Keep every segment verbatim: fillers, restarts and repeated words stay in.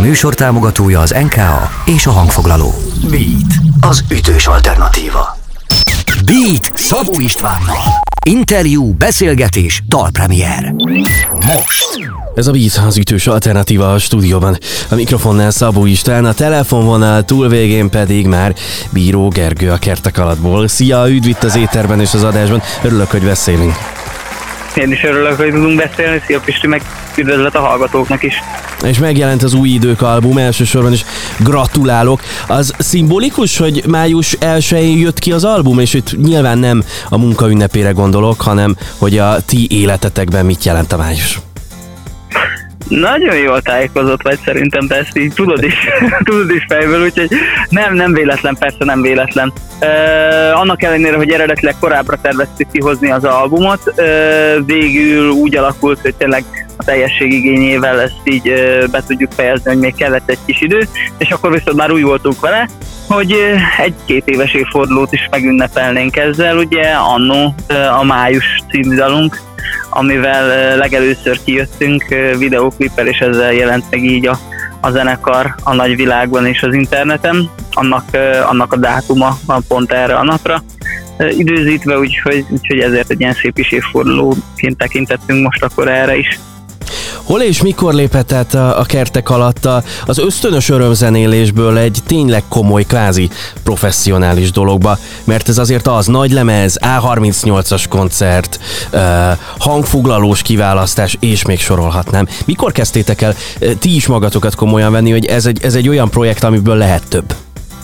műsor támogatója az en ká á és a hangfoglaló. Beat, az ütős alternatíva. Beat Szabó Istvánnal. Interjú, beszélgetés, dalpremier. Most! Ez a Beat, az ütős alternatíva a stúdióban. A mikrofonnál Szabó István, a telefonvonal túlvégén pedig már Bíró Gergő a Kertek Alattból. Szia, üdv itt az éterben és az adásban. Örülök, hogy beszélünk. Én is örülök, hogy tudunk beszélni. Szia Pisti, meg üdvözlet a hallgatóknak is. És megjelent az Új Idők album, elsősorban is gratulálok. Az szimbolikus, hogy május elsején jött ki az album, és itt nyilván nem a munka ünnepére gondolok, hanem hogy a ti életetekben mit jelent a május. Nagyon jól tájékozott vagy szerintem, de ezt így tudod is, tudod is fejből, úgyhogy nem, nem véletlen, persze nem véletlen. Uh, annak ellenére, hogy eredetileg korábbra terveztük kihozni az albumot, uh, végül úgy alakult, hogy tényleg a teljesség igényével ezt így uh, be tudjuk fejezni, hogy még kellett egy kis idő, és akkor viszont már úgy voltunk vele, hogy uh, egy-két éves évfordulót is megünnepelnénk ezzel, ugye annó uh, a Május című dalunk, amivel legelőször kijöttünk videóklippel, és ezzel jelent meg így a, a zenekar a nagyvilágban és az interneten. Annak, annak a dátuma van pont erre a napra időzítve, úgyhogy, úgyhogy ezért egy ilyen szép is évfordulóként tekintettünk most akkor erre is. Hol és mikor lépett át a, a Kertek Alatt az ösztönös örömzenélésből egy tényleg komoly, kvázi professzionális dologba? Mert ez azért az nagy lemez, á harmincnyolcas koncert, uh, hangfoglalós kiválasztás, és még sorolhatnám. Mikor kezdtétek el uh, ti is magatokat komolyan venni, hogy ez egy, ez egy olyan projekt, amiből lehet több?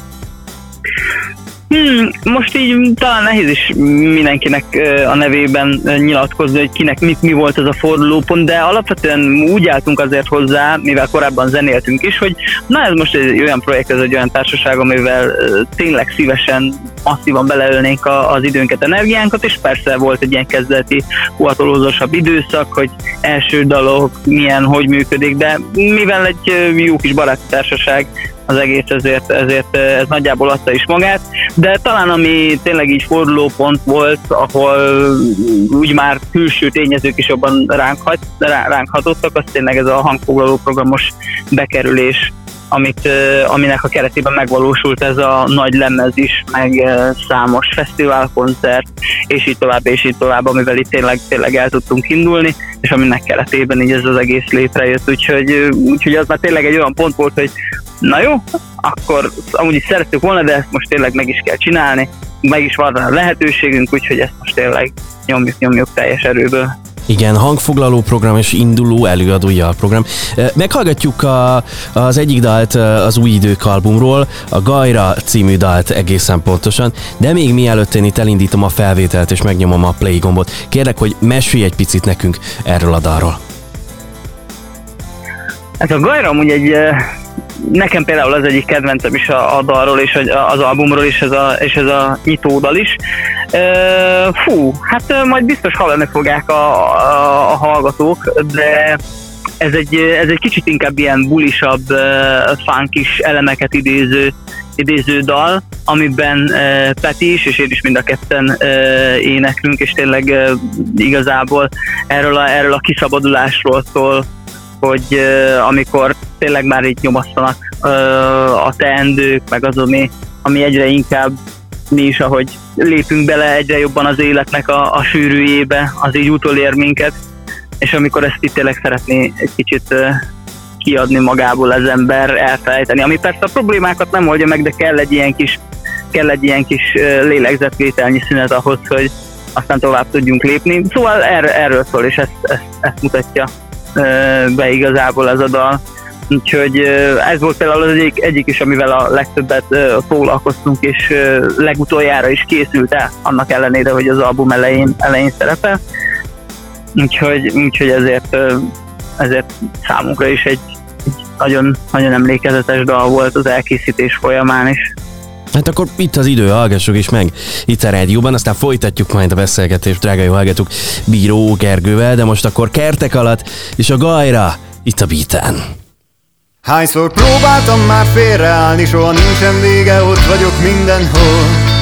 Hmm, most így talán nehéz is mindenkinek a nevében nyilatkozni, hogy kinek mit, mi volt ez a fordulópont, de alapvetően úgy álltunk azért hozzá, mivel korábban zenéltünk is, hogy na ez most egy olyan projekt, ez egy olyan társaság, amivel tényleg szívesen, masszívan beleölnénk az időnket, energiánkat, és persze volt egy ilyen kezdeti huatolózósabb időszak, hogy első dalok, milyen, hogy működik, de mivel egy jó kis baráti társaság, az egész, ezért, ezért ez nagyjából adta is magát, de talán ami tényleg így fordulópont volt, ahol úgy már külső tényezők is jobban ránk, hat, ránk hatottak, az tényleg ez a hangfoglaló programos bekerülés, amit, aminek a keretében megvalósult ez a nagy lemez is, meg számos fesztiválkoncert, és így tovább, és így tovább, amivel itt tényleg, tényleg el tudtunk indulni, és aminek keretében így ez az egész létrejött, úgyhogy, úgyhogy az már tényleg egy olyan pont volt, hogy na jó, akkor amúgy is szerettük volna, de ezt most tényleg meg is kell csinálni, meg is van a lehetőségünk, úgyhogy ezt most tényleg nyomjuk, nyomjuk teljes erőből. Igen, hangfoglaló program és induló előadója a program. Meghallgatjuk a, az egyik dalt az Új Idők albumról, a Gajra című dalt egészen pontosan, de még mielőtt én itt elindítom a felvételt és megnyomom a play gombot, kérlek, hogy mesélj egy picit nekünk erről a dalról. Ez a Gajra amúgy egy, nekem például az egyik kedvencem is a, a dalról és az albumról, és ez a, és ez a nyitódal is. Fú, hát majd biztos hallani fogják a, a, a hallgatók, de ez egy, ez egy kicsit inkább ilyen bulisabb, funkis elemeket idéző, idéző dal, amiben Peti is, és én is mind a ketten éneklünk, és tényleg igazából erről a, erről a kiszabadulásról szól, hogy uh, amikor tényleg már így nyomasztanak uh, a teendők, meg az, ami, ami egyre inkább mi is, ahogy lépünk bele egyre jobban az életnek a, a sűrűjébe, az így utolér minket, és amikor ezt itt tényleg szeretné egy kicsit uh, kiadni magából az ember, elfelejteni, ami persze a problémákat nem oldja meg, de kell egy ilyen kis, kell egy ilyen kis uh, lélegzetvételnyi szünet ahhoz, hogy aztán tovább tudjunk lépni. Szóval er, erről szól, és ezt, ezt, ezt mutatja be igazából ez a dal. Úgyhogy ez volt például az egyik, egyik is, amivel a legtöbbet foglalkoztunk, és legutoljára is készült el, annak ellenére, hogy az album elején, elején szerepel. Úgyhogy, úgyhogy ezért, ezért számunkra is egy, egy nagyon, nagyon emlékezetes dal volt az elkészítés folyamán is. Hát akkor itt az idő, hallgassuk is meg itt a rádióban, aztán folytatjuk majd a beszélgetést, drága jó hallgatók, Bíró Gergővel, de most akkor Kertek Alatt és a Gajra itt a Beaten. Hányszor próbáltam már félreállni, soha nincsen vége, ott vagyok mindenhol.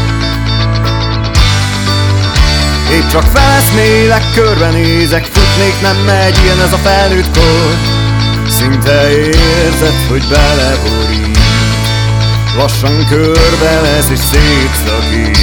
Épp csak feleszmélek, körbenézek, futnék, nem megy, ilyen ez a felnőtt kor. Szinte érzem, érzed, hogy beleborít, lassan körbe lesz és szétszakít.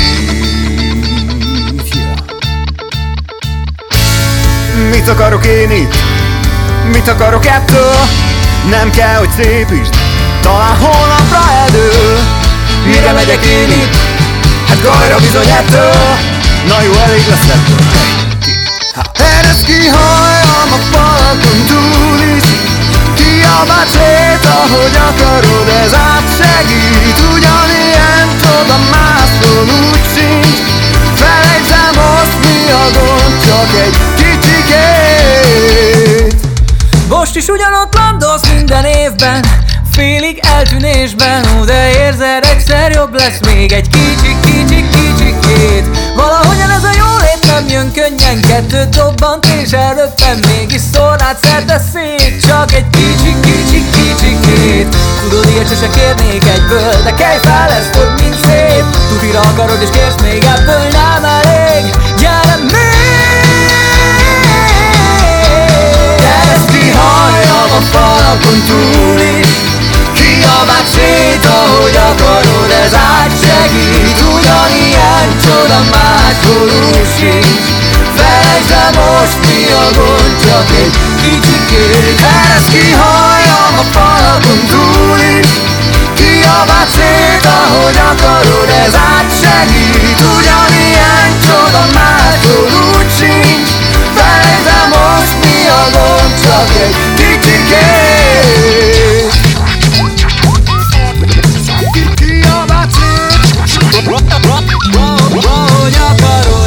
Mit akarok én itt? Mit akarok ettől? Nem kell, hogy szépítsd, talán holnapra eldől. Mire megyek én itt? Hát gajra bizony ettől. Na jó, elég lesz ettől. Eresz ki hajam a falakon túl is, kiabál szét, ahogy akarod, ez átsegít. Ugyanilyen csoda máshol úgy sincs. Felejtsem azt, mi a gond, csak egy kicsikét. Most is ugyanott landolsz minden évben, félig eltűnésben, ó, de érzed, egyszer jobb lesz még egy kicsi, kicsi, kicsikét. Valahogyan ez a jólét nem jön könnyen, kettőt dobbant és előttem mégis szól rád szerte szét. Csak egy kicsi, kicsi, kicsikét. Tudod, ilyet sose kérnék egyből, de kelj fel, ez több, mint szép. Tutira akarod és kérsz még ebből, nem elég, gyere még. Eresz ki halljam a falakon túl is, kiabáld szét, ahogy akarod, ez átsegít. Ugyanilyen csoda máshol úgy sincs. Felejtsd el most, mi a gond, csak egy kicsikét. Eresz ki halljam a falakon túl is, kiabáld szét, ahogy akarod, ez átsegít. Ugyanilyen csoda máshol úgy sincs. Felejtsd el most, mi a gond, csak egy kicsikét. Kiabáld szét, ahogy akarod.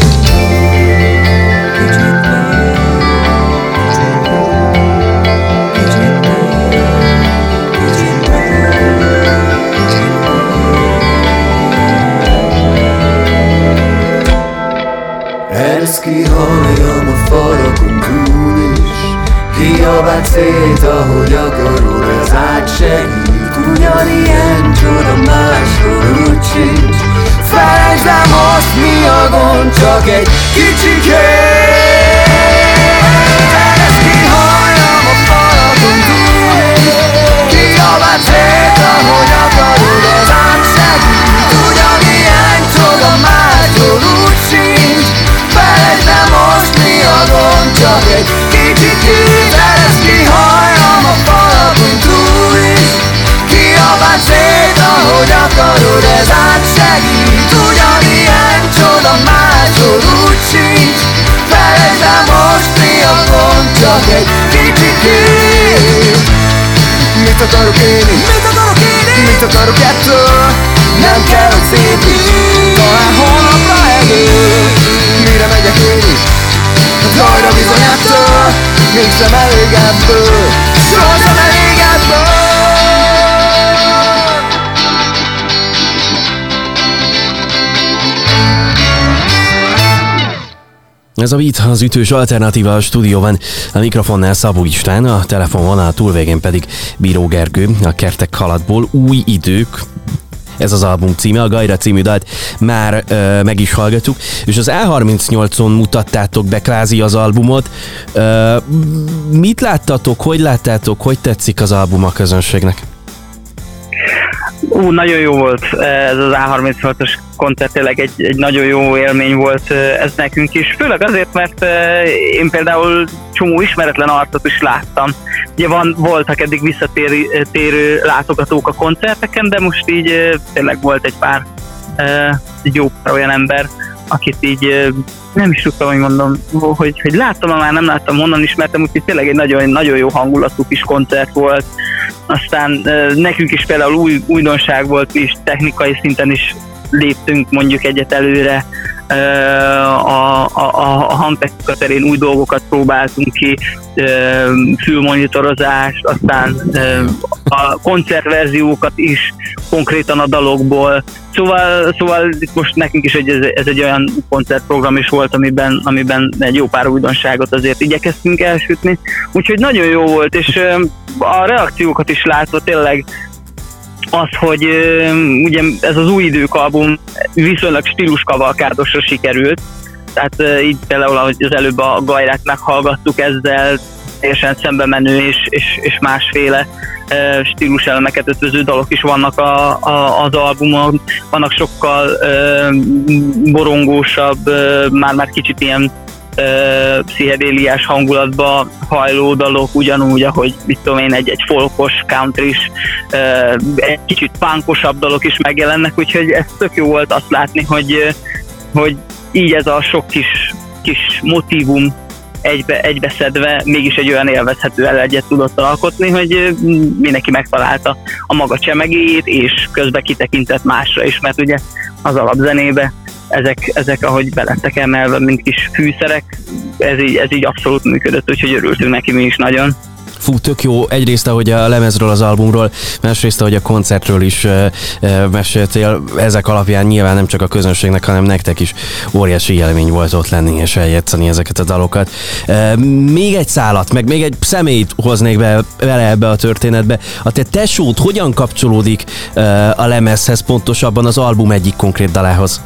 Eresz ki halljam a falakon túl is, kiabáld szét, ahogy akarod, ez átsegít. Ugyanilyen csoda máshol úgy sincs. Felejtsd el most, mi a gond, csak egy kicsikét. Eresz ki halljam a falakon túl is, kiabáld szét, ahogy akarod, ez átsegít. Ugyanilyen csoda máshol úgy sincs. Felejtsd el most, mi a gond, csak egy kicsikét. Eresz ki halljam a falakon túl is, kiabáld szét, ahogy akarod, ez átsegít. Ugyanilyen csoda máshol úgy sincs. Felejtsd el most, mi a gond, csak egy kicsikét. Mit akarok én itt? Mit akarok én itt? Mit akarok ettől? Nem kell, hogy szépíts, talán holnapra eldől. Mire megyek én is? Hát gajra bizony ettől. Mégsem elég ebből, sosem elég ebből. Ez a Beat, az ütős alternatíva a stúdióban, a mikrofonnál Szabó István, a telefonvonal túlvégén pedig Bíró Gergő, a Kertek haladból Új idők. Ez az album címe, a Gajra című dalt már ö, meg is hallgattuk, és az á harmincnyolcon mutattátok be kvázi az albumot. Ö, mit láttatok, hogy láttátok, hogy tetszik az album a közönségnek? Ú, nagyon jó volt ez az á harmincnyolcas koncert, tényleg egy, egy nagyon jó élmény volt ez nekünk is, főleg azért, mert én például csomó ismeretlen arcot is láttam. Ugye van, voltak eddig visszatérő látogatók a koncerteken, de most így tényleg volt egy pár egy jó olyan ember, akit így nem is tudtam, hogy mondom, hogy, hogy láttam, már nem láttam, honnan ismertem, úgyhogy tényleg egy nagyon, nagyon jó hangulatú kis koncert volt. Aztán nekünk is például új, újdonság volt, és technikai szinten is léptünk mondjuk egyet előre. A, a, a hangtechnika terén új dolgokat próbáltunk ki, fülmonitorozás, aztán a koncertverziókat is konkrétan a dalokból. Szóval, szóval most nekünk is egy, ez egy olyan koncertprogram is volt, amiben, amiben egy jó pár újdonságot azért igyekeztünk elsütni. Úgyhogy nagyon jó volt, és a reakciókat is látva tényleg az, hogy ugye ez az Új idők album viszonylag stíluskavalkádosra sikerült, tehát így például, ahogy az előbb a Gajrát meghallgattuk, ezzel teljesen szembe menő és, és, és másféle stíluselemeket ötvöző dalok is vannak a, a, az albumon, vannak sokkal uh, borongósabb, uh, már-már kicsit ilyen uh, pszichedéliás hangulatba hajló dalok, ugyanúgy, ahogy mit tudom én, egy, egy folkos, countrys, uh, egy kicsit punkosabb dalok is megjelennek, úgyhogy ez tök jó volt azt látni, hogy, hogy így ez a sok kis, kis motívum egybe, egybeszedve mégis egy olyan élvezhető elegyet tudott alkotni, hogy mindenki megtalálta a maga csemegéjét, és közben kitekintett másra is, mert ugye az alapzenébe ezek, ezek ahogy belettek emelve, mint kis fűszerek, ez így, ez így abszolút működött, úgyhogy örültünk neki mi is nagyon. Fú, tök jó. Egyrészt, ahogy a lemezről, az albumról, másrészt, ahogy a koncertről is e, e, meséltél. Ezek alapján nyilván nem csak a közönségnek, hanem nektek is óriási élmény volt ott lenni és eljátszani ezeket a dalokat. E, még egy szálat, meg még egy személyt hoznék be, bele ebbe a történetbe. A te tesód hogyan kapcsolódik e, a lemezhez, pontosabban az album egyik konkrét dalához?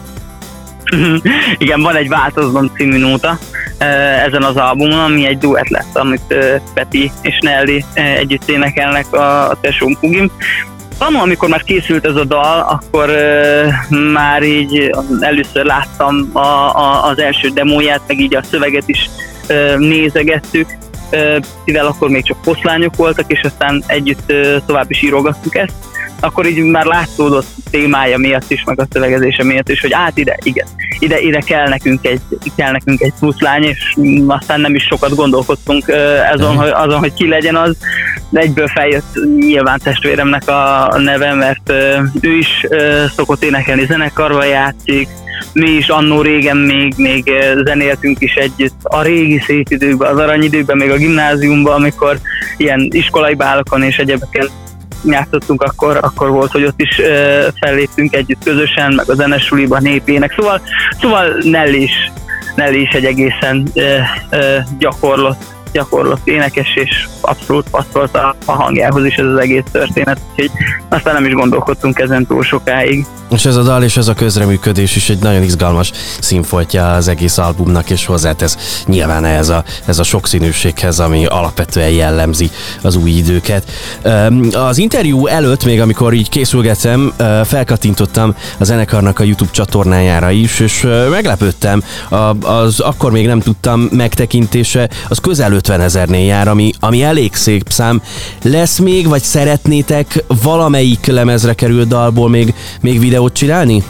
Igen, van egy Változnom című nóta ezen az albumon, ami egy duett lett, amit Peti és Nelly együtt énekelnek a tesóm Pugim. Annól, amikor már készült ez a dal, akkor már így először láttam a, a, az első demóját, meg így a szöveget is nézegettük, mivel akkor még csak poszlányok voltak, és aztán együtt tovább is írogattuk ezt. Akkor így már látszódott témája miatt is, meg a szövegezése miatt is, hogy át ide, igen, ide, ide kell nekünk egy, kell nekünk egy puszlány, és aztán nem is sokat gondolkodtunk azon, hogy, azon, hogy ki legyen az, de egyből feljött nyilván testvéremnek a neve, mert ő is szokott énekelni, zenekarban játszik, mi is annó régen még, még zenéltünk is együtt a régi szép időkben, az aranyidőkben, még a gimnáziumban, amikor ilyen iskolai bálokon és egyébként játszottunk, akkor, akkor volt, hogy ott is uh, felléptünk együtt közösen, meg a zenesuliban, népének. Szóval, szóval Nelly is, Nelly is egy egészen uh, uh, gyakorlott, gyakorlott énekes, és abszolút passzolt a, a hangjához is ez az egész történet. Úgyhogy aztán nem is gondolkodtunk ezen túl sokáig. És ez a dal és ez a közreműködés is egy nagyon izgalmas színfoltja az egész albumnak, és hozzátesz nyilván ez a, ez a sokszínűséghez, ami alapvetően jellemzi az új időket. Az interjú előtt, még amikor így készülgettem, felkattintottam a zenekarnak a YouTube csatornájára is, és meglepődtem, az akkor még nem tudtam megtekintése, az közel ötvenezernél jár, ami, ami elég szép szám. Lesz még, vagy szeretnétek valamelyik lemezre került dalból még, még videó ott csinálni?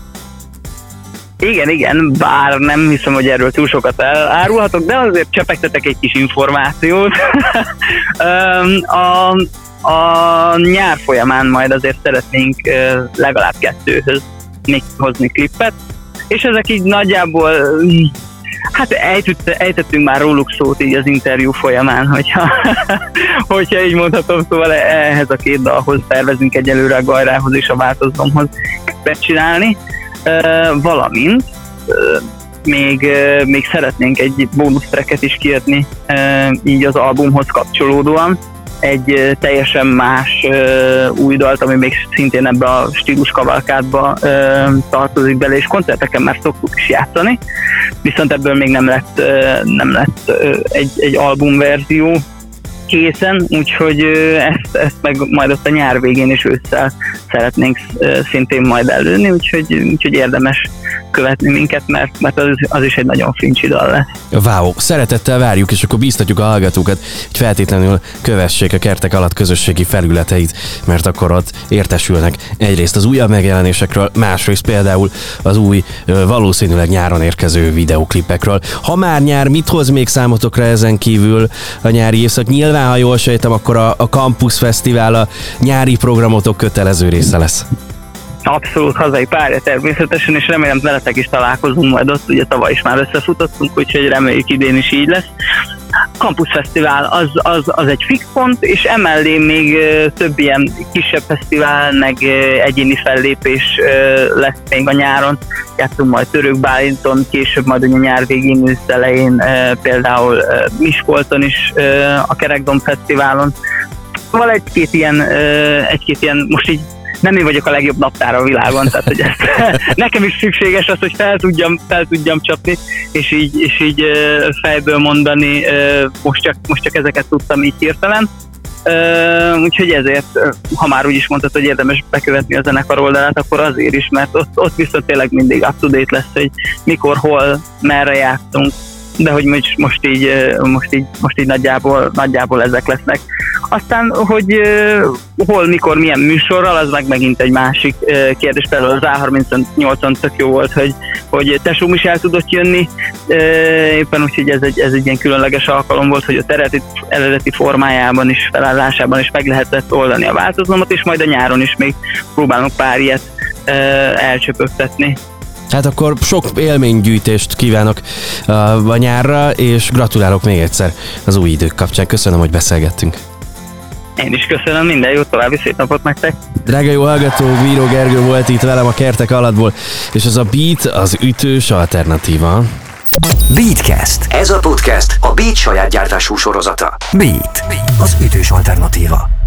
Igen, igen, bár nem hiszem, hogy erről túl sokat elárulhatok, de azért csepegtetek egy kis információt. a, a nyár folyamán majd azért szeretnénk legalább kettőhöz még hozni klippet, és ezek így nagyjából, hát ejtett, ejtettünk már róluk szót így az interjú folyamán, hogyha, hogyha így mondhatom, szóval ehhez a két dalhoz tervezünk egyelőre, a Gajrához és a Változnomhoz csinálni, uh, valamint uh, még, uh, még szeretnénk egy bónusz tracket is kiadni uh, így az albumhoz kapcsolódóan, egy uh, teljesen más uh, új dalt, ami még szintén ebbe a stílus kavalkádba uh, tartozik bele, és koncerteken már szoktuk is játszani, viszont ebből még nem lett, uh, nem lett uh, egy, egy albumverzió készen, úgyhogy ezt, ezt meg majd ott a nyár végén és ősszel szeretnénk szintén majd előni, úgyhogy, úgyhogy érdemes követni minket, mert, mert az, az is egy nagyon fincsi dal lesz. Wow, szeretettel várjuk, és akkor bíztatjuk a hallgatókat, hogy feltétlenül kövessék a Kertek Alatt közösségi felületeit, mert akkor ott értesülnek egyrészt az újabb megjelenésekről, másrészt például az új, valószínűleg nyáron érkező videóklipekről. Ha már nyár, mit hoz még számotokra ezen kívül a nyári évszak? Nyilván, ha jól sejtem, akkor a, a Campus Fesztivál a nyári programotok kötelező része lesz. Abszolút hazai párja természetesen, és remélem veletek is találkozunk majd ott, ugye tavaly is már összefutottunk, úgyhogy reméljük idén is így lesz. Campus Fesztivál az, az, az egy fix pont, és emellé még több ilyen kisebb fesztivál, meg egyéni fellépés lesz még a nyáron. Játszunk majd Török Bálinton, később majd a nyár végén, ősz elején, például Miskolton is a Kerekdomb Fesztiválon. Szóval egy-két ilyen, egy-két ilyen most így nem én vagyok a legjobb naptár a világon, tehát hogy ezt, nekem is szükséges az, hogy fel tudjam, fel tudjam csapni, és így, és így fejből mondani, most csak, most csak ezeket tudtam így hirtelen. Uh, úgyhogy ezért, ha már úgy is mondtad, hogy érdemes bekövetni a zenekar oldalát, akkor azért is, mert ott, ott viszont tényleg mindig up-to-date lesz, hogy mikor, hol, merre játszunk, de hogy most, most, így, most, így, most így nagyjából, nagyjából ezek lesznek. Aztán, hogy uh, hol, mikor, milyen műsorral, az meg megint egy másik uh, kérdés. Például az á harmincnyolcon tök jó volt, hogy, hogy tesóm is el tudott jönni, uh, éppen úgy, hogy ez egy, ez egy ilyen különleges alkalom volt, hogy a eredeti, eredeti formájában is, felállásában is meg lehetett oldani a változómat, és majd a nyáron is még próbálunk pár ilyet uh, elcsöpögtetni. Hát akkor sok élménygyűjtést kívánok a nyárra, és gratulálok még egyszer az új idők kapcsán. Köszönöm, hogy beszélgettünk. Én is köszönöm, minden jót, további szép napot nektek. Drága jó hallgató, Bíró Gergő volt itt velem a Kertek Alattból, és ez a Beat az ütős alternatíva. Beatcast. Ez a podcast a Beat saját gyártású sorozata. Beat, az ütős alternatíva.